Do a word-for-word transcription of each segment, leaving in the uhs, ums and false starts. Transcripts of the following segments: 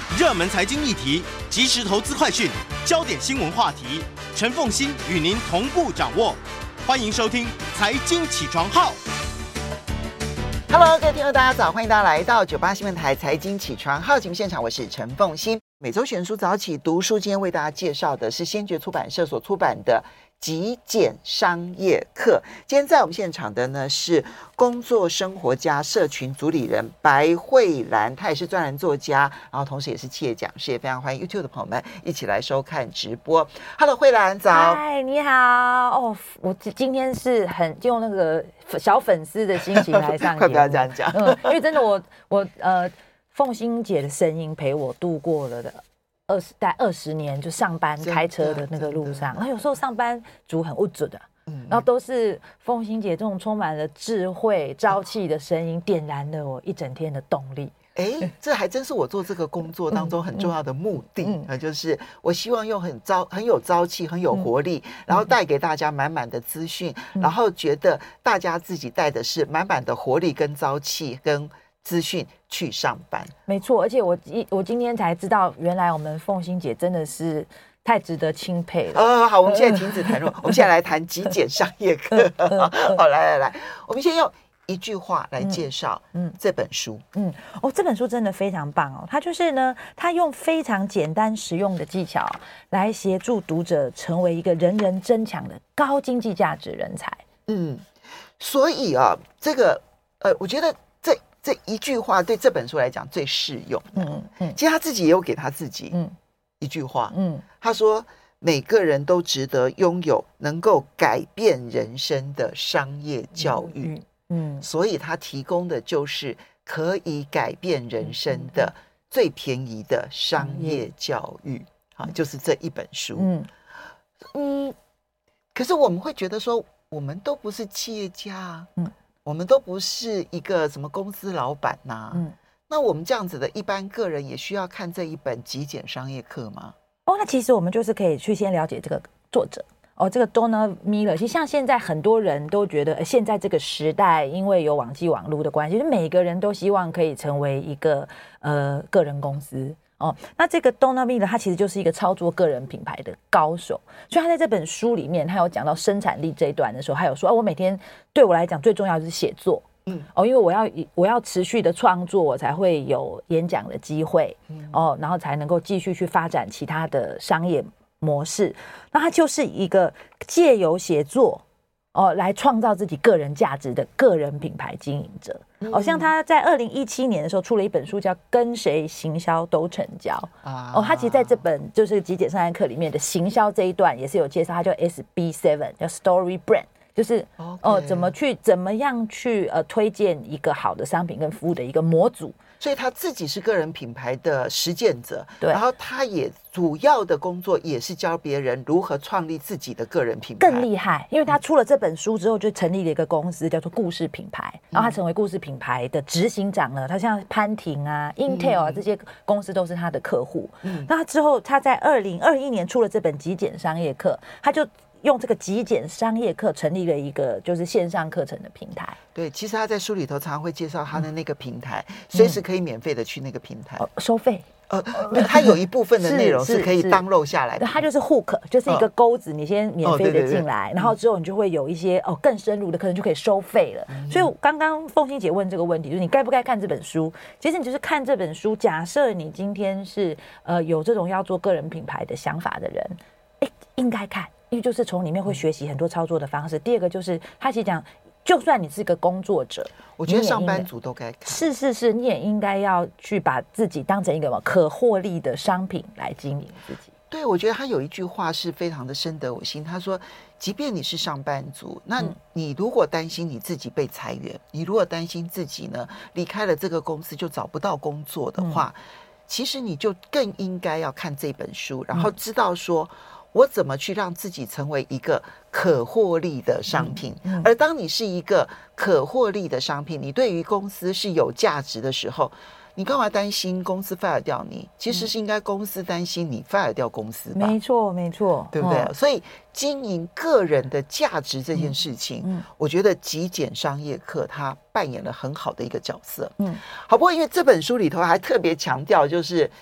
热门财经议题、即时投资快讯、焦点新闻话题，陈凤馨与您同步掌握。欢迎收听《财经起床号》。 Hello， 各位听众大家早，欢迎大家来到九八新闻台财经起床号节目现场，我是陈凤馨。每周选书早起读书，今天为大家介绍的是先觉出版社所出版的极简商业课。今天在我们现场的呢是工作生活家社群主理人白慧兰，她也是专栏作家，然后同时也是企业讲师，也非常欢迎 YouTube 的朋友们一起来收看直播。Hello， 慧兰早。 嗨，你好。哦，我今天是很用那个小粉丝的心情来上节目， 快不要这样讲， 嗯，因为真的我我呃。凤馨姐的声音陪我度过了的二十大概二十年，就上班开车的那个路上，然后有时候上班族很无准的，嗯，然后都是凤馨姐这种充满了智慧、朝气的声音，点燃了我一整天的动力。 哎，这还真是我做这个工作当中很重要的目的啊、嗯嗯，就是我希望用很朝很有朝气、很有活力，嗯、然后带给大家满满的资讯、嗯，然后觉得大家自己带的是满满的活力跟朝气跟资讯去上班。 没错，而且我我今天才知道，原来我们凤馨姐真的是太值得钦佩了。 哦，好，我们现在停止谈论，我们现在来谈极简商业课。好，来来来，我们先用一句话来介绍嗯这本书。 嗯，哦，这本书真的非常棒哦。它就是呢，它用非常简单实用的技巧来协助读者成为一个人人争抢的高经济价值人才。 嗯，所以啊，这个呃，我觉得这这一句话对这本书来讲最适用。嗯嗯，其实他自己也有给他自己嗯一句话。嗯，他说每个人都值得拥有能够改变人生的商业教育。嗯嗯，所以他提供的就是可以改变人生的最便宜的商业教育。好、嗯，就是这一本书。嗯嗯，可是我们会觉得说，我们都不是企业家啊。嗯。我们都不是一个什么公司老板呐、啊，嗯，那我们这样子的一般个人也需要看这一本极简商业课吗？ 哦，那其实我们就是可以去先了解这个作者哦，这个 Donald Miller。其实像现在很多人都觉得，呃、现在这个时代因为有网际网络的关系，就每个人都希望可以成为一个呃个人公司。哦，那这个 Donald Miller 他其实就是一个操作个人品牌的高手，所以他在这本书里面，他有讲到生产力这一段的时候，他有说，哦，我每天对我来讲最重要的是写作，嗯，哦，因为我要我要持续的创作，我才会有演讲的机会，嗯，哦，然后才能够继续去发展其他的商业模式。那他就是一个借由写作。哦，来创造自己个人价值的个人品牌经营者。嗯、哦，像他在二零一七年的时候出了一本书，叫《跟谁行销都成交》啊。哦，他其实在这本就是极简商业课里面的行销这一段也是有介绍，他叫 S B 七， 叫 Story Brand， 就是哦、okay. 呃、怎么去怎么样去呃推荐一个好的商品跟服务的一个模组。 所以他自己是个人品牌的实践者， 对， 然后他也主要的工作也是教别人如何创立自己的个人品牌， 更厉害，因为他出了这本书之后，就成立了一个公司叫做故事品牌，然后他成为故事品牌的执行长了。他像潘婷啊、Intel 啊、嗯、这些公司都是他的客户。嗯，那之后他在二零二一年出了这本极简商业课，他就用这个极简商业课成立了一个就是线上课程的平台。 对，其实他在书里头常常会介绍他的那个平台，随、嗯、时可以免费的去那个平台， 哦、收费。 呃，它有一部分的内容是可以download下来的， 它就是 hook， 就是一个钩子，你先免费的进来，哦、然后之后你就会有一些哦更深入的可能就可以收费了。嗯、所以刚刚凤馨姐问这个问题，就是你该不该看这本书？其实你就是看这本书，假设你今天是呃有这种要做个人品牌的想法的人，哎，应该看。因为就是从里面会学习很多操作的方式。嗯、第二个就是他其实讲，就算你是个工作者， 我觉得上班族都该看。 是是是，你也应该要去把自己当成一个可获利的商品来经营自己。 对，我觉得他有一句话是非常的深得我心。他说，即便你是上班族，那你如果担心你自己被裁员，嗯、你如果担心自己呢离开了这个公司就找不到工作的话，嗯、其实你就更应该要看这本书，然后知道说。嗯我怎么去让自己成为一个可获利的商品？嗯嗯、而当你是一个可获利的商品，你对于公司是有价值的时候，你干嘛担心公司 fire 掉你？其实是应该公司担心你 fire 掉公司吧？ 没错，没错， 对不对？哦、所以经营个人的价值这件事情，嗯嗯、我觉得极简商业课它扮演了很好的一个角色。嗯，好，不过因为这本书里头还特别强调就是。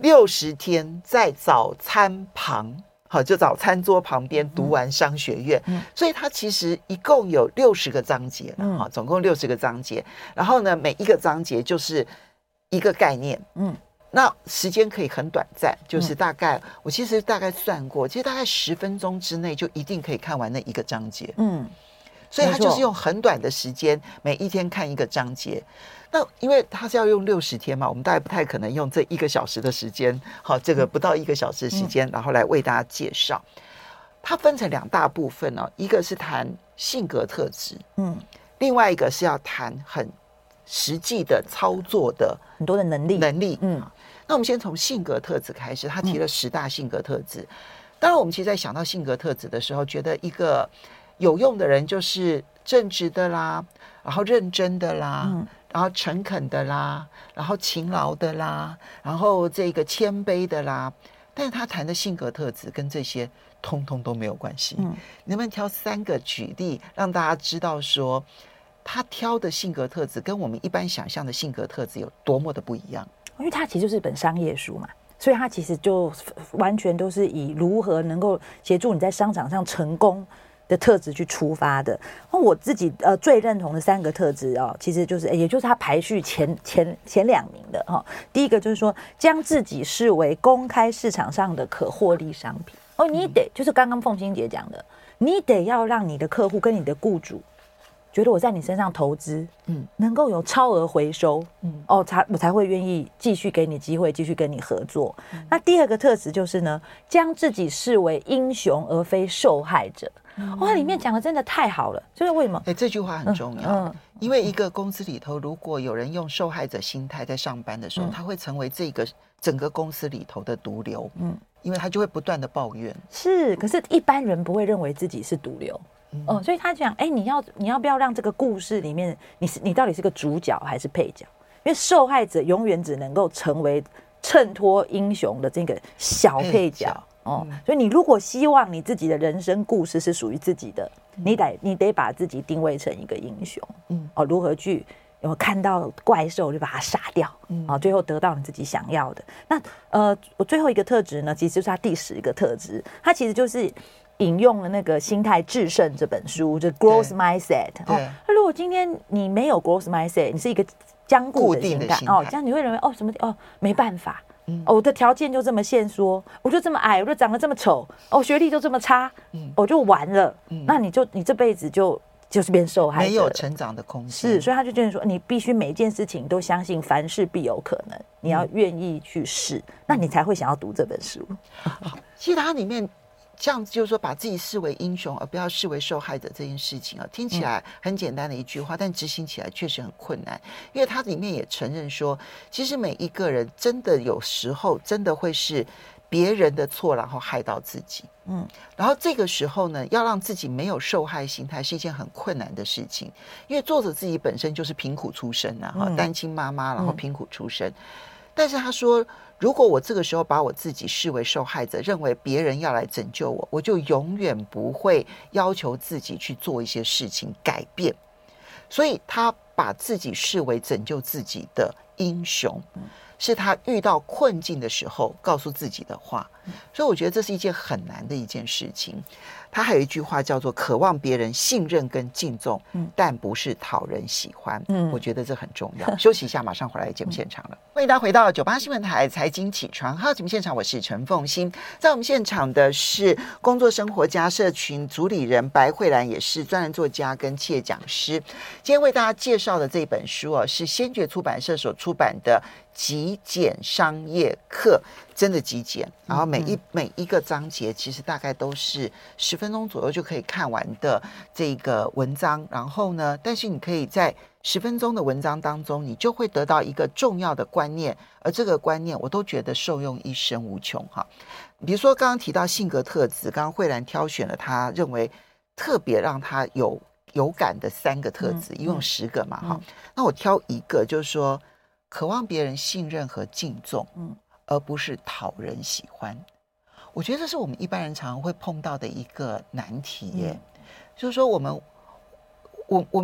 六十天在早餐旁，好，就早餐桌旁边读完商学院，嗯、所以它其实一共有六十个章节了，哈、嗯，总共六十个章节。然后呢，每一个章节就是一个概念，嗯，那时间可以很短暂，就是大概、嗯、我其实大概算过，其实大概十分钟之内就一定可以看完那一个章节，嗯，所以它就是用很短的时间，每一天看一个章节。那因为它是要用六十天嘛，我们大概不太可能用这一个小时的时间，好，这个不到一个小时的时间，嗯、然后来为大家介绍。它分成两大部分哦，一个是谈性格特质，嗯，另外一个是要谈很实际的操作的很多的能力能力，嗯。那我们先从性格特质开始，他提了十大性格特质。嗯、当然，我们其实在想到性格特质的时候，觉得一个有用的人就是正直的啦，然后认真的啦。嗯，然后诚恳的啦，然后勤劳的啦，然后这个谦卑的啦，但是他谈的性格特质跟这些通通都没有关系。嗯，你能不能挑三个举例，让大家知道说他挑的性格特质跟我们一般想象的性格特质有多么的不一样？ 因为它其实就是一本商业书嘛，所以它其实就完全都是以如何能够协助你在商场上成功的特质去出发的。那我自己呃最认同的三个特质哦，其实就是也就是它排序前前前两名的哈、哦。第一个就是说，将自己视为公开市场上的可获利商品哦，你得、嗯、就是刚刚凤馨姐讲的，你得要让你的客户跟你的雇主觉得我在你身上投资，嗯，能够有超额回收，嗯，哦，才我才会愿意继续给你机会，继续跟你合作。嗯、那第二个特质就是呢，将自己视为英雄而非受害者。嗯、哇，里面讲的真的太好了，就是为什么？ 哎、欸，这句话很重要，嗯嗯、因为一个公司里头，如果有人用受害者心态在上班的时候，嗯、他会成为这个整个公司里头的毒瘤，嗯，因为他就会不断的抱怨。 是，可是一般人不会认为自己是毒瘤。哦，所以他讲，哎，你要你要不要让这个故事里面，你是你到底是个主角还是配角？因为受害者永远只能够成为衬托英雄的这个小配角。哦，嗯、所以你如果希望你自己的人生故事是属于自己的，嗯、你得你得把自己定位成一个英雄。嗯，哦，如何去有看到怪兽就把它杀掉，嗯，哦，最后得到你自己想要的。那呃，我最后一个特质呢，其实就是它第十个特质，它其实就是引用了那个《心态致胜》这本书，就是 growth mindset。哦，那如果今天你没有 growth mindset， 你是一个僵固的心态，哦，这样你会认为哦什么哦没办法。嗯、哦，我的条件就这么限缩，我就这么矮，我就长得这么丑，哦，学历就这么差，嗯、我就完了。嗯、那你就你这辈子就就是变受害者， 没有成长的空间。 是，所以他就觉得说，你必须每件事情都相信凡事必有可能，你要愿意去试，嗯、那你才会想要读这本书。 好，其实它里面这样子就是说，把自己视为英雄，而不要视为受害者这件事情啊，听起来很简单的一句话，嗯、但执行起来确实很困难。因为它里面也承认说，其实每一个人真的有时候真的会是别人的错，然后害到自己。嗯，然后这个时候呢，要让自己没有受害心态是一件很困难的事情，因为作者自己本身就是贫苦出身啊，哈、嗯，单亲妈妈，然后贫苦出身。嗯、但是他说，如果我这个时候把我自己视为受害者，认为别人要来拯救我，我就永远不会要求自己去做一些事情改变。所以他把自己视为拯救自己的英雄，是他遇到困境的时候告诉自己的话。所以我觉得这是一件很难的一件事情。他还有一句话叫做渴望别人信任跟敬重，嗯、但不是讨人喜欢。嗯、我觉得这很重要。休息一下，马上回来节目现场了。欢迎大家回到九八新闻台财经起床号节目现场，我是陈凤馨。在我们现场的是工作生活家社群主理人白慧兰，也是专栏作家跟企业讲师。今天为大家介绍的这本书啊，是先觉出版社所出版的极简商业课，真的极简，然后每一、嗯、每一个章节其实大概都是十分钟左右就可以看完的这个文章，然后呢，但是你可以在十分钟的文章当中，你就会得到一个重要的观念，而这个观念我都觉得受用一生无穷哈。比如说刚刚提到性格特质，刚刚慧兰挑选了他认为特别让他有有感的三个特质，一共十个嘛哈、嗯。那我挑一个，就是说渴望别人信任和敬重，嗯，而不是讨人喜欢。我觉得这是我们一般人常常会碰到的一个难题耶，嗯、就是说我们我我们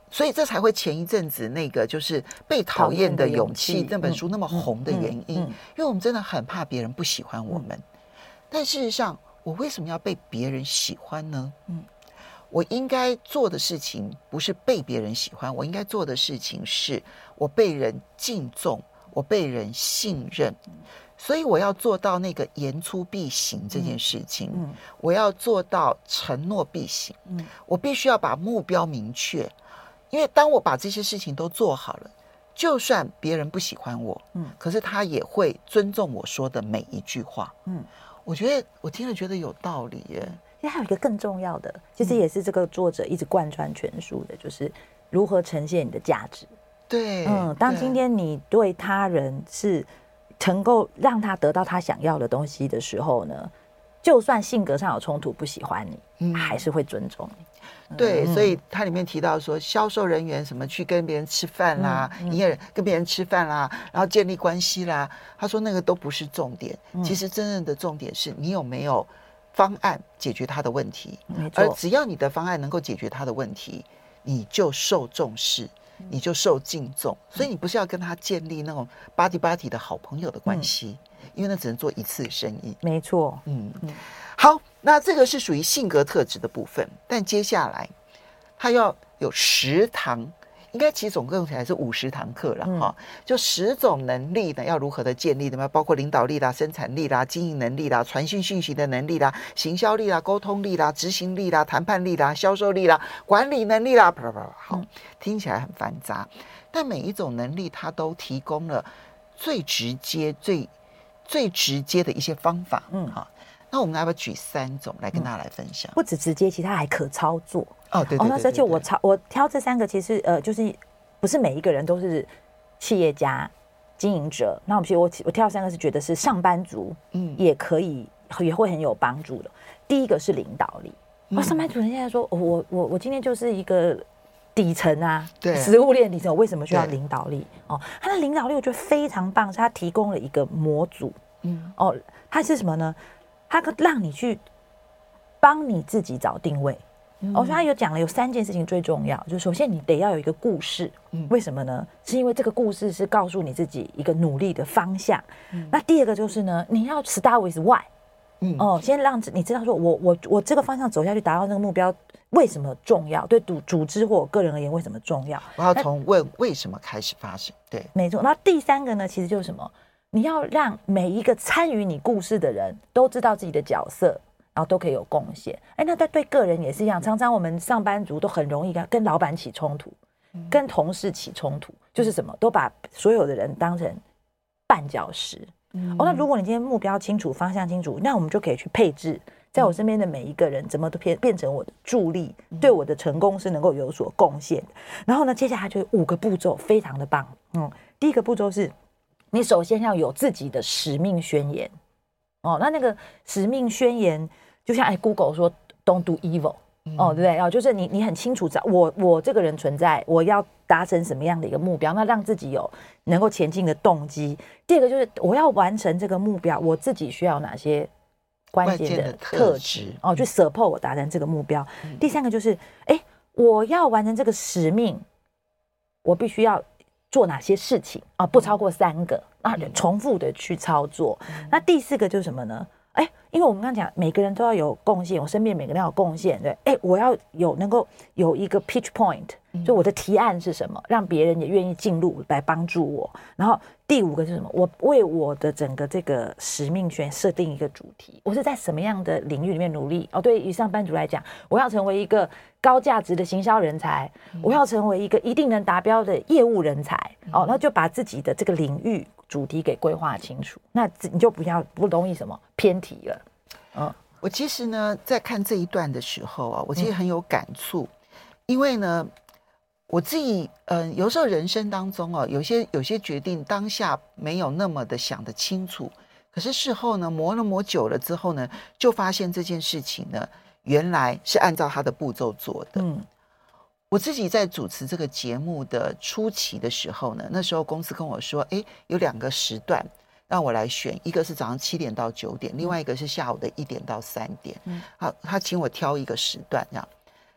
所以这才会前一阵子那个就是被讨厌的勇气那本书那么红的原因，因为我们真的很怕别人不喜欢我们。但事实上，我为什么要被别人喜欢呢？嗯，我应该做的事情不是被别人喜欢，我应该做的事情是我被人敬重，我被人信任。所以我要做到那个言出必行这件事情，嗯、我要做到承诺必行，嗯、我必须要把目标明确。因为当我把这些事情都做好了，就算别人不喜欢我，嗯，可是他也会尊重我说的每一句话，嗯，我觉得我听了觉得有道理耶。 其实还有一个更重要的，其实也是这个作者一直贯穿全书的，就是如何呈现你的价值。 对， 嗯，当今天你对他人是能够让他得到他想要的东西的时候呢，就算性格上有冲突，不喜欢你，嗯、还是会尊重你。 对，嗯、所以它里面提到说，销售人员什么去跟别人吃饭啦，营业人跟别人吃饭啦，然后建立关系啦，他说那个都不是重点，嗯、其实真正的重点是你有没有方案解决他的问题，而只要你的方案能够解决他的问题，你就受重视。你就受敬重，所以你不是要跟他建立那种巴蒂巴蒂的好朋友的关系，嗯、因为那只能做一次生意。 没错， 嗯嗯。好，那这个是属于性格特质的部分，但接下来他要有十堂，应该其实总共起来是五十堂课了哈、嗯。就十种能力呢，要如何的建立的，包括领导力啦、生产力啦、经营能力啦、传讯讯息的能力啦、行销力啦、沟通力啦、执行力啦、谈判力啦、销售力啦、管理能力啦，啪啪啪。好，嗯、听起来很繁杂，但每一种能力它都提供了最直接、最最直接的一些方法。嗯，好。那我们来不举三种来跟大家来分享？ 不止直接，其实它还可操作。 哦，对对对对对。 哦，那而且我操，我挑这三个，其实呃，就是不是每一个人都是企业家、经营者。那我其实我我挑三个是觉得是上班族，嗯，也可以也会很有帮助的。第一个是领导力。嗯、上班族人现在说，哦、我我我今天就是一个底层啊，对，食物链底层，我为什么需要领导力？哦，他的领导力我觉得非常棒，是他提供了一个模组。嗯，哦，它是什么呢？他让你去帮你自己找定位。嗯、哦，所以他有讲了有三件事情最重要，就是首先你得要有一个故事。嗯、为什么呢？是因为这个故事是告诉你自己一个努力的方向。嗯、那第二个就是呢，你要 start with why。嗯、哦，先让你知道说我我我这个方向走下去达到那个目标为什么重要，对组组织或个人而言为什么重要， 我要从问为什么开始发生。对， 没错。那第三个呢，其实就是什么？你要让每一个参与你故事的人都知道自己的角色，然后都可以有贡献。哎，那对对个人也是一样。常常我们上班族都很容易跟老板起冲突，嗯、跟同事起冲突，就是什么都把所有的人当成绊脚石。嗯、哦，那如果你今天目标清楚、方向清楚，那我们就可以去配置，在我身边的每一个人怎么都变变成我的助力，嗯、对我的成功是能够有所贡献的。然后呢，接下来就有五个步骤，非常的棒。嗯，第一个步骤是。你首先要有自己的使命宣言，哦，那那个使命宣言就像哎 ，Google 说 "Don't do evil"，、嗯、哦，对不对？哦，就是你你很清楚，我我这个人存在，我要达成什么样的一个目标，那让自己有能够前进的动机。第二个就是我要完成这个目标，我自己需要哪些关键的特质哦，去 support 我达成这个目标。嗯、第三个就是哎，我要完成这个使命，我必须要。做哪些事情啊？不超过三个啊，重复的去操作。嗯、那第四个就是什么呢？哎，因为我们刚刚讲，每个人都要有贡献，我身边每个人要有贡献，对，哎，我要有能够有一个 pitch point，、嗯、就我的提案是什么，让别人也愿意进入来帮助我。然后第五个是什么？我为我的整个这个使命选设定一个主题，我是在什么样的领域里面努力？哦，对于上班族来讲，我要成为一个高价值的行销人才，嗯、我要成为一个一定能达标的业务人才。嗯、哦，那就把自己的这个领域主题给规划清楚，那你就不要不容易什么偏题了。嗯， 我其实呢，在看这一段的时候啊，我其实很有感触，嗯、因为呢，我自己嗯、呃，有时候人生当中哦，有些有些决定当下没有那么的想得清楚，可是事后呢，磨了磨久了之后呢，就发现这件事情呢，原来是按照他的步骤做的。嗯。我自己在主持这个节目的初期的时候呢，那时候公司跟我说，哎，有两个时段让我来选，一个是早上七点到九点，另外一个是下午的一点到三点。嗯，好，他请我挑一个时段这样。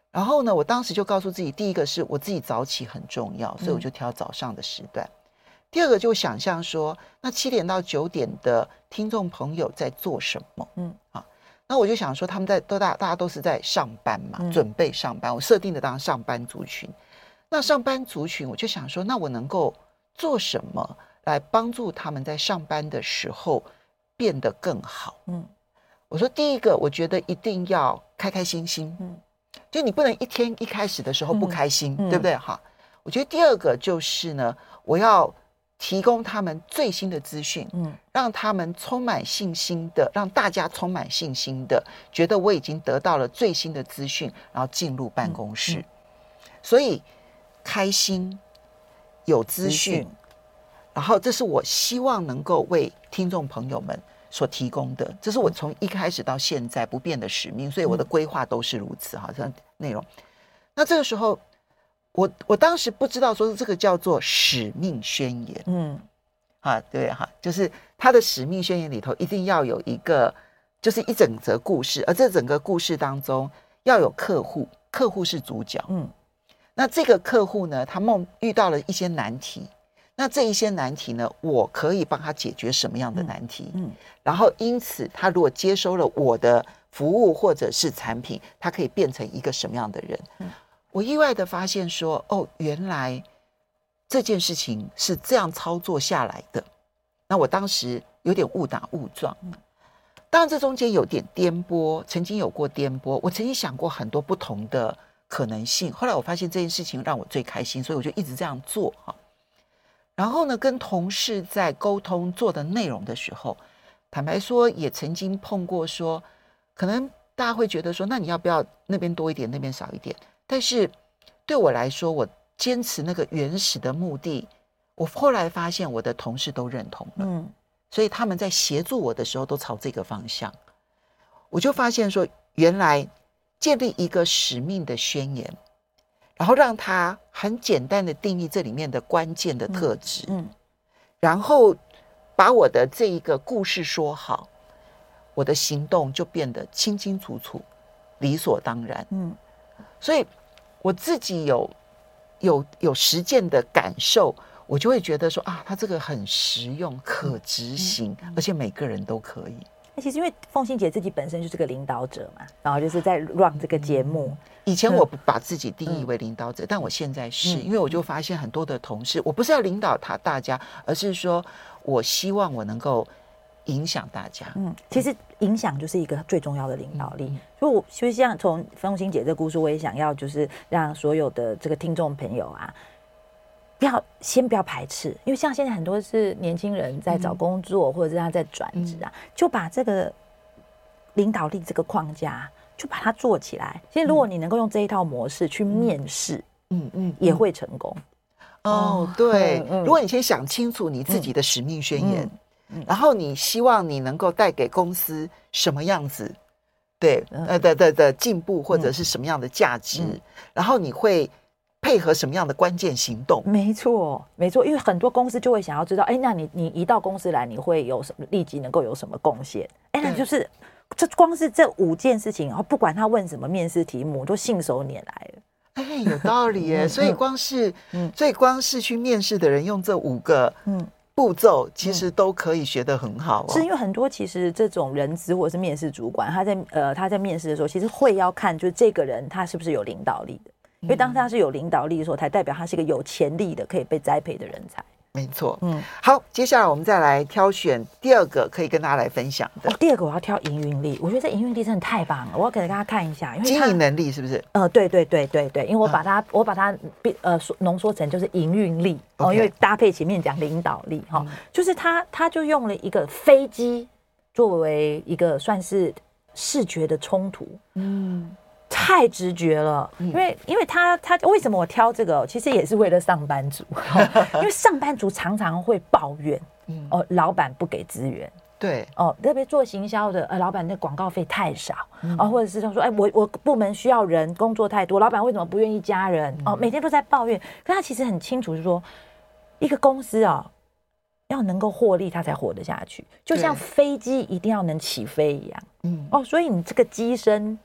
然后呢，我当时就告诉自己，第一个是我自己早起很重要，所以我就挑早上的时段。嗯、第二个就想象说，那七点到九点的听众朋友在做什么？嗯啊，那我就想说，他们在都大大家都是在上班嘛，嗯、准备上班。我设定的当上班族群，那上班族群，我就想说，那我能够做什么来帮助他们在上班的时候变得更好？嗯，我说第一个，我觉得一定要开开心心。嗯。就你不能一天一开始的时候不开心，嗯、对不对？哈，我觉得第二个就是呢，我要提供他们最新的资讯，嗯，让他们充满信心的，让大家充满信心的，觉得我已经得到了最新的资讯，然后进入办公室。嗯嗯、所以开心有资讯，然后这是我希望能够为听众朋友们所提供的，这是我从一开始到现在不变的使命，所以我的规划都是如此哈。这样内容，那这个时候，我我当时不知道说这个叫做使命宣言，嗯，啊，对哈，就是他的使命宣言里头一定要有一个，就是一整则故事，而这整个故事当中要有客户，客户是主角，嗯，那这个客户呢，他梦遇到了一些难题。那这一些难题呢，我可以帮他解决什么样的难题？嗯，嗯然后因此他如果接收了我的服务或者是产品，他可以变成一个什么样的人？嗯，我意外的发现说，哦，原来这件事情是这样操作下来的。那我当时有点误打误撞，嗯、当然这中间有点颠簸，曾经有过颠簸，我曾经想过很多不同的可能性。后来我发现这件事情让我最开心，所以我就一直这样做哈。然后呢，跟同事在沟通做的内容的时候，坦白说，也曾经碰过说，可能大家会觉得说，那你要不要那边多一点，那边少一点？但是对我来说，我坚持那个原始的目的，我后来发现我的同事都认同了，嗯，所以他们在协助我的时候都朝这个方向。我就发现说，原来建立一个使命的宣言。然后让他很简单的定义这里面的关键的特质，嗯，嗯然后把我的这一个故事说好，我的行动就变得清清楚楚、理所当然，嗯，所以我自己有有有实践的感受，我就会觉得说啊，他这个很实用、可执行，嗯嗯、而且每个人都可以。 其实因为凤馨姐自己本身就是个领导者嘛，然后就是在 run 这个节目。 以前我不把自己定义为领导者，嗯、但我现在是、嗯、因为我就发现很多的同事，我不是要领导他大家，而是说我希望我能够影响大家。嗯， 其实影响就是一个最重要的领导力。嗯、所以我其实像从凤馨姐这个故事，我也想要就是让所有的这个听众朋友啊。不要先不要排斥，因为像现在很多是年轻人在找工作，嗯、或者是他在转职啊，嗯、就把这个领导力这个框架就把它做起来。其实如果你能够用这一套模式去面试，嗯嗯，也会成功。 哦，对，嗯、如果你先想清楚你自己的使命宣言，嗯嗯、然后你希望你能够带给公司什么样子，对，嗯、呃的的的进步或者是什么样的价值，嗯、然后你会。配合什么样的关键行动？ 没错，没错，因为很多公司就会想要知道，哎，那你你一到公司来，你会有什么立即能够有什么贡献？哎，那就是这光是这五件事情，然后不管他问什么面试题目，都信手拈来了。 哎，有道理耶！所以光是，嗯，所以光是去面试的人用这五个，嗯。步骤其实都可以学得很好、哦， 是因为很多其实这种人资或者是面试主管，他在呃他在面试的时候，其实会要看就是这个人他是不是有领导力的。因为当他是有领导力的时候，才代表他是一个有潜力的、可以被栽培的人才。 没错，嗯，好，接下来我们再来挑选第二个可以跟大家来分享的。 哦、第二个我要挑营运力，我觉得这营运力真的太棒了，我要给大家看一下。因为经营能力是不是？ 呃，对对对对对，因为我把它、嗯、我把它呃浓缩成就是营运力哦， okay. 因为搭配前面讲领导力哈、哦嗯，就是他他就用了一个飞机作为一个算是视觉的冲突，嗯。太直觉了，因为因为他他为什么我挑这个？其实也是为了上班族，因为上班族常常会抱怨，嗯、哦，老板不给资源， 对， 哦，特别做行销的，呃，老板的广告费太少，嗯、哦，或者是他说，哎，我我部门需要人，工作太多，老板为什么不愿意加人？哦，每天都在抱怨，可他其实很清楚，就是说，一个公司啊、哦，要能够获利，他才活得下去，就像飞机一定要能起飞一样，嗯，哦，所以你这个机身。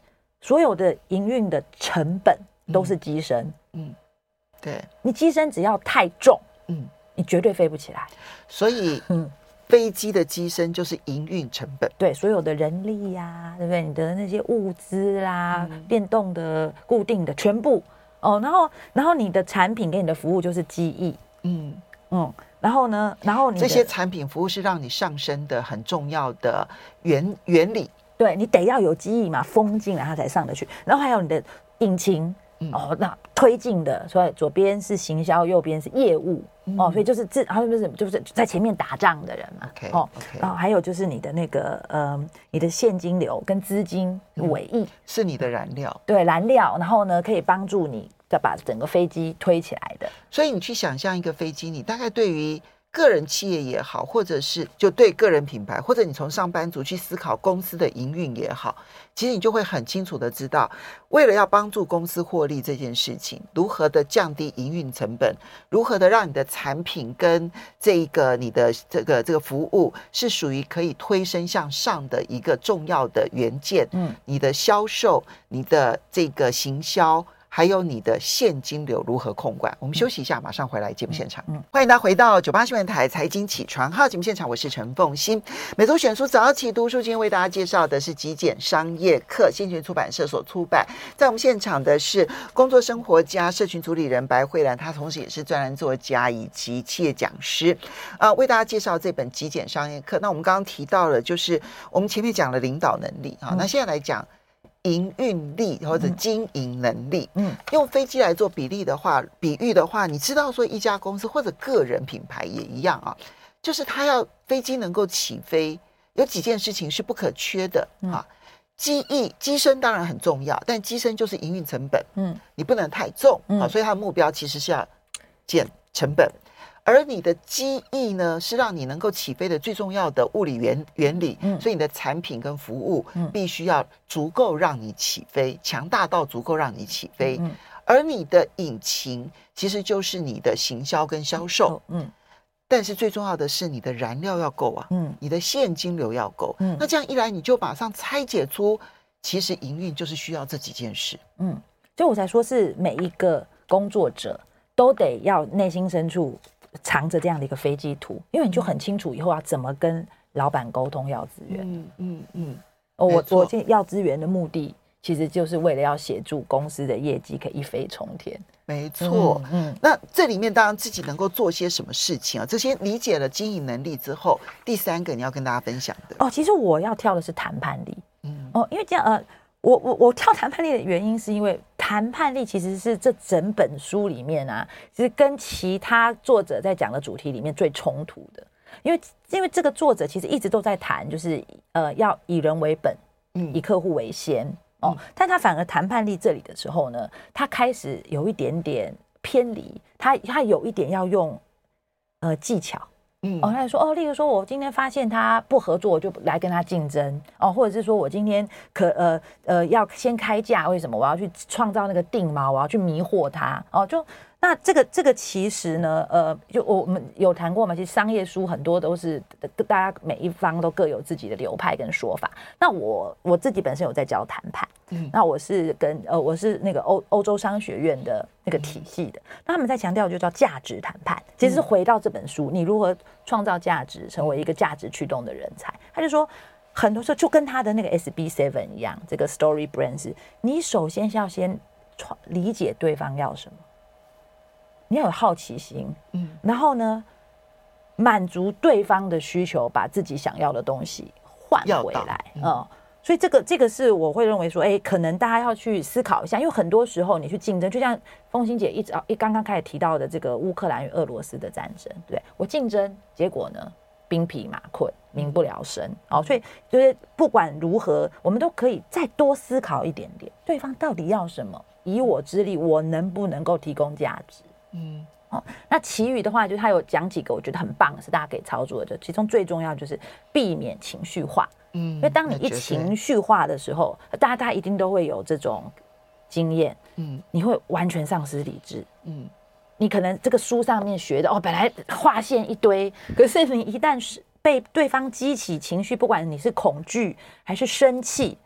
所有的营运的成本都是机身。嗯，嗯对， 你机身只要太重，嗯，你绝对飞不起来。 所以，嗯。飞机的机身就是营运成本， 对，所有的人力呀、啊，对不对？你的那些物资啦、嗯、变动的、固定的，全部哦。然后，然后你的产品跟你的服务就是机翼，嗯嗯。然后呢，然后你这些产品服务是让你上升的很重要的原原理。 对，你得要有机翼嘛，风进来它才上得去。然后还有你的引擎。哦，那推进的，所以左边是行销，右边是业务、嗯、哦，所以就是这，然后就是就是在前面打仗的人嘛。 Okay, 哦， okay. 然后还有就是你的那个呃，你的现金流跟资金尾翼、嗯、 是你的燃料， 对，燃料，然后呢可以帮助你再把整个飞机推起来的。 所以你去想象一个飞机，你大概对于个人企业也好，或者是就对个人品牌，或者你从上班族去思考公司的营运也好，其实你就会很清楚的知道，为了要帮助公司获利这件事情，如何的降低营运成本，如何的让你的产品跟这一个你的这个这个服务是属于可以推升向上的一个重要的元件，嗯，你的销售，你的这个行销，还有你的现金流如何控管。我们休息一下，马上回来节目现场。嗯，欢迎大家回到九八新闻台财经起床号节目现场，我是陈凤馨。每周选书早起读书，今天为大家介绍的是极简商业课，先权出版社所出版。在我们现场的是工作生活家、社群主理人白慧兰，她同时也是专栏作家以及企业讲师，呃，为大家介绍这本极简商业课。那我们刚刚提到了，就是我们前面讲了领导能力啊，那现在来讲营运力或者经营能力，嗯，用飞机来做比例的话，比喻的话，你知道说一家公司或者个人品牌也一样啊，就是它要飞机能够起飞，有几件事情是不可缺的啊。机翼、机身当然很重要，但机身就是营运成本，嗯，你不能太重，嗯，啊，所以它的目标其实是要减成本。而你的机翼呢，是让你能够起飞的最重要的物理原原理，嗯，所以你的产品跟服务必须要足够让你起飞，强大到足够让你起飞。嗯，而你的引擎其实就是你的行销跟销售，嗯，但是最重要的是你的燃料要够啊，嗯，你的现金流要够，嗯，那这样一来你就马上拆解出，其实营运就是需要这几件事， 嗯，所以我才说是每一个工作者都得要内心深处藏着这样的一个飞机图，因为你就很清楚以后要怎么跟老板沟通要资源。嗯嗯嗯。哦，我我要资源的目的，其实就是为了要协助公司的业绩可以一飞冲天。 没错。嗯。嗯，那这里面当然自己能够做些什么事情啊？这些理解了经营能力之后，第三个你要跟大家分享的。 哦，其实我要跳的是谈判力。嗯。哦，因为这样呃。我我我跳谈判力的原因是因为谈判力其实是这整本书里面啊，其实跟其他作者在讲的主题里面最冲突的，因为因为这个作者其实一直都在谈，就是呃要以人为本，嗯，以客户为先哦，嗯，但他反而谈判力这里的时候呢，他开始有一点点偏离，他他有一点要用呃技巧。嗯，哦，他说哦，例如说，我今天发现他不合作，我就来跟他竞争哦，或者是说我今天可呃呃要先开价，为什么？我要去创造那个定锚，我要去迷惑他哦，就那这个这个其实呢，呃，就我们有谈过嘛，其实商业书很多都是大家每一方都各有自己的流派跟说法。那我我自己本身有在教谈判，嗯，那我是跟呃我是那个欧欧洲商学院的那个体系的，那他们在强调就叫价值谈判，其实是回到这本书，你如何创造价值，成为一个价值驱动的人才。他就说，很多时候就跟他的那个 S B 七 一样，这个 Story Brand 是，你首先是要先理解对方要什么，你要有好奇心，嗯，然后呢，满足对方的需求，把自己想要的东西换回来，嗯。嗯，所以这个这个是我会认为说，哎，可能大家要去思考一下，因为很多时候你去竞争，就像凤馨姐一直一刚刚开始提到的这个乌克兰与俄罗斯的战争，对我竞争，结果呢兵疲马困，民不聊生。哦，所以就是不管如何，我们都可以再多思考一点点，对方到底要什么，以我之力，我能不能够提供价值？嗯。哦，那其余的话，就是他有讲几个我觉得很棒，是大家可以操作的。其中最重要就是避免情绪化。嗯，因为当你一情绪化的时候，大家大家一定都会有这种经验，嗯，你会完全丧失理智，嗯，你可能这个书上面学的哦，本来划线一堆，可是你一旦是被对方激起情绪，不管你是恐惧还是生气，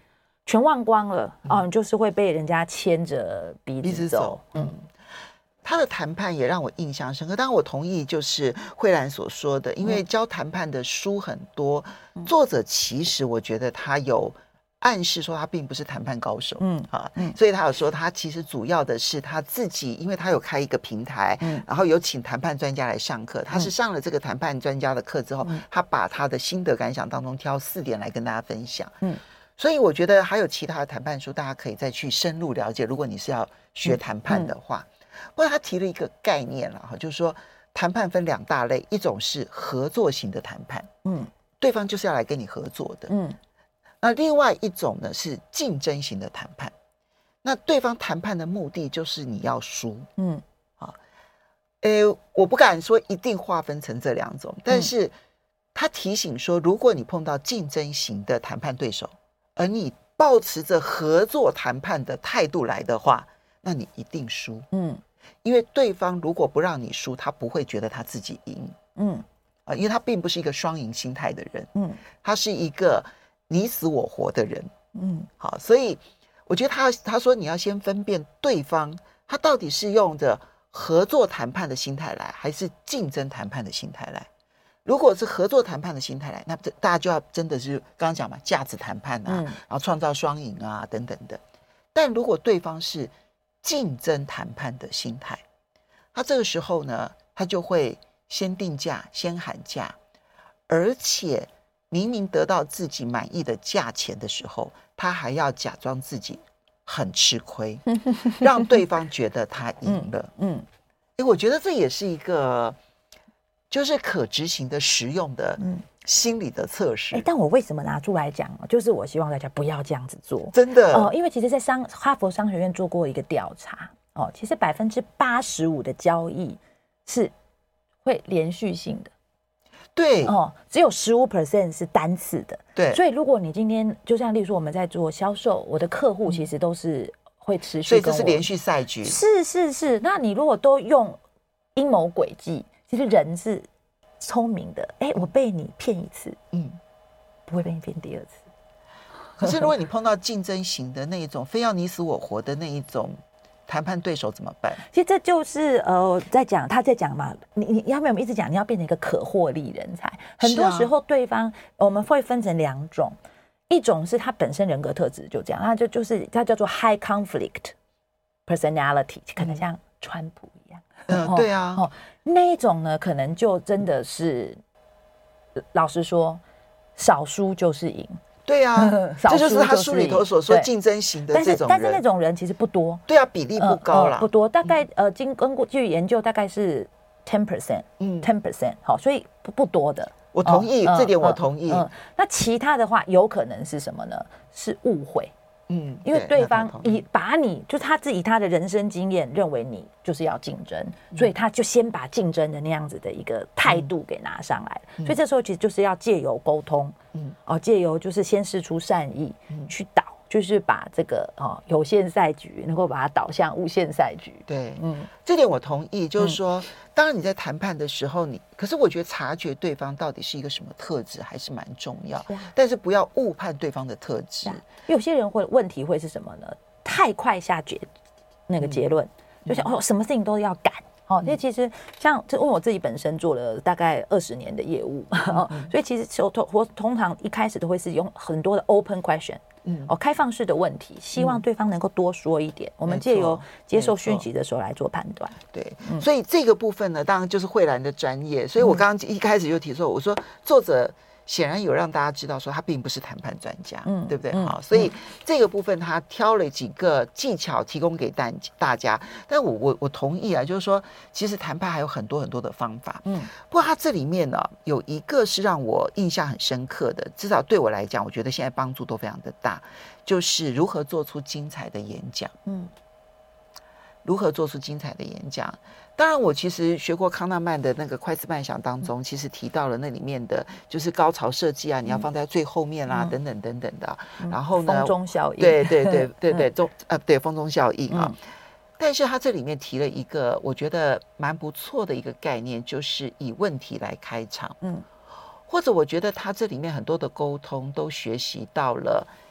全忘光了，嗯、哦，你就是会被人家牵着鼻子走。走嗯， 他的谈判也让我印象深刻。当然，我同意就是慧兰所说的，因为教谈判的书很多，嗯、作者其实我觉得他有暗示说他并不是谈判高手，嗯啊，嗯，所以他有说他其实主要的是他自己，因为他有开一个平台，嗯，然后有请谈判专家来上课，他是上了这个谈判专家的课之后，嗯、他把他的心得感想当中挑四点来跟大家分享，嗯，所以我觉得还有其他的谈判书，大家可以再去深入了解。如果你是要学谈判的话，嗯嗯、不过他提了一个概念了哈，就是说谈判分两大类，一种是合作型的谈判，嗯，对方就是要来跟你合作的，嗯。那另外一种呢是竞争型的谈判，那对方谈判的目的就是你要输，嗯，好，诶，我不敢说一定划分成这两种，但是他提醒说，如果你碰到竞争型的谈判对手，而你抱持着合作谈判的态度来的话，那你一定输，嗯，因为对方如果不让你输，他不会觉得他自己赢，嗯，啊，因为他并不是一个双赢心态的人，嗯，他是一个你死我活的人，嗯，好，所以我觉得他他说你要先分辨对方他到底是用着合作谈判的心态来，还是竞争谈判的心态来。如果是合作谈判的心态来，那大家就要真的是刚刚讲嘛，价值谈判啊，嗯、然后创造双赢啊等等的。但如果对方是竞争谈判的心态，他这个时候呢，他就会先定价，先喊价，而且明明得到自己满意的价钱的时候，他还要假装自己很吃亏，让对方觉得他赢了。嗯，嗯，我觉得这也是一个就是可执行的实用的心理的测试。 欸，但我为什么拿出来讲，就是我希望大家不要这样子做， 真的哦，因为其实在商哈佛商学院做过一个调查，哦，其实百分之八十五的交易是会连续性的。 对哦，只有十五 percent 是单次的。 对， 所以如果你今天就像例如说我们在做销售，我的客户其实都是会持续跟我， 所以这是连续赛局。 是是是，那你如果都用阴谋诡计，其实人是聪明的。哎，我被你骗一次，嗯，不会被你骗第二次。 可是如果你碰到竞争型的那一种，非要你死我活的那一种谈判对手怎么办？ 其实这就是呃，在讲他在讲嘛，你你要没有一直讲，你要变成一个可获利人才。很多时候，对方、啊、我们会分成两种，一种是他本身人格特质就这样，他就就是他叫做 high conflict personality， 可能像川普一样。 嗯，对啊。 哦，那一种呢，可能就真的是，老实说，少输就是赢。 对啊，这就是他书里头所说竞争型的这种人， 但是但是那种人其实不多， 对啊，比例不高啦， 呃呃、不多，大概、嗯、呃，经根据研究大概是 ten percent， 嗯 ten percent， 好，所以不不多的。 我同意、哦、这点，我同意、 嗯嗯。那其他的话，有可能是什么呢？是误会，嗯，因为对方以把你就是他自己他的人生经验认为你就是要竞争、嗯，所以他就先把竞争的那样子的一个态度给拿上来、嗯、所以这时候其实就是要借由沟通。嗯，哦，借由就是先释出善意、嗯、去导，就是把这个哦有限赛局能够把它导向无限赛局。 对，嗯，这点我同意。就是说，嗯、当然你在谈判的时候你，你可是我觉得察觉对方到底是一个什么特质还是蛮重要，但是不要误判对方的特质。 有些人会问题会是什么呢？太快下结那个结论，嗯、就是哦，什么事情都要赶。哦，因为其实像这，因为我自己本身做了大概二十年的业务，嗯嗯、所以其实我我通常一开始都会是用很多的 open question， 嗯，哦，开放式的问题，希望对方能够多说一点，嗯、我们借由接受讯息的时候来做判断。 对、嗯，所以这个部分呢，当然就是慧兰的专业。所以我刚刚一开始就提出，我说作者显然有让大家知道说他并不是谈判专家，嗯，对不对？好、嗯，所以这个部分他挑了几个技巧提供给大大家。但我我我同意啊，就是说其实谈判还有很多很多的方法，嗯，不过他这里面呢有一个是让我印象很深刻的，至少对我来讲，我觉得现在帮助都非常的大，就是如何做出精彩的演讲，嗯，如何做出精彩的演讲。当然我其实学过康纳曼的那个快思慢想当中、嗯、其实提到了那里面的就是高潮设计啊、嗯、你要放在最后面啦、嗯、等等等等的、嗯、然后呢风中效应， 对对对对对中呃对风中效应啊、嗯、但是他这里面提了一个我觉得蛮不错的一个概念，就是以问题来开场，嗯，或者我觉得他这里面很多的沟通都学习到了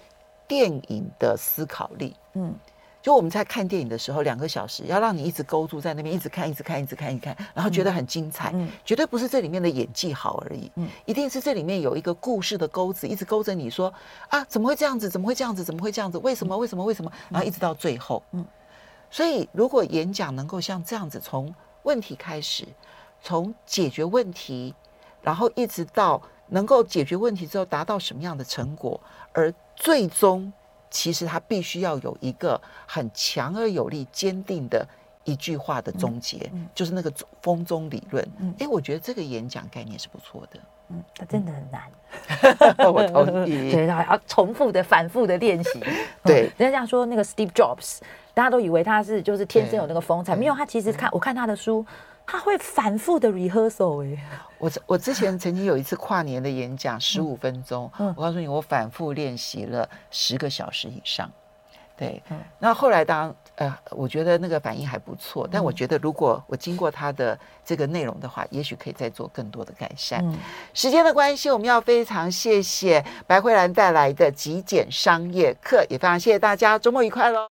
电影的思考力。嗯，就我们在看电影的时候，两个小时要让你一直勾住在那边，一直看，一直看，一直看，一直看，然后觉得很精彩。嗯，绝对不是这里面的演技好而已，嗯，一定是这里面有一个故事的钩子，一直勾着你说啊，怎么会这样子？怎么会这样子？怎么会这样子？为什么？为什么？为什么？然后一直到最后。嗯，所以如果演讲能够像这样子，从问题开始，从解决问题，然后一直到能够解决问题之后达到什么样的成果，而最终其实它必须要有一个很强而有力、坚定的一句话的终结，嗯嗯、就是那个风中理论。哎、嗯，我觉得这个演讲概念是不错的。 嗯，它真的很难。 我同意。 对，还要重复的、反复的练习。 对， 人家这样说，那个 Steve Jobs， 大家都以为他是就是天生有那个风采，没有，他其实看我看他的书。他会反复的 rehearsal 哎、欸， 我我之前曾经有一次跨年的演讲，十五分钟，嗯，我告诉你，我反复练习了十个小时以上，对，嗯，那后来当呃，我觉得那个反应还不错，但我觉得如果我经过他的这个内容的话，也许可以再做更多的改善。嗯，时间的关系，我们要非常谢谢白慧兰带来的极简商业课，也非常谢谢大家，周末愉快喽。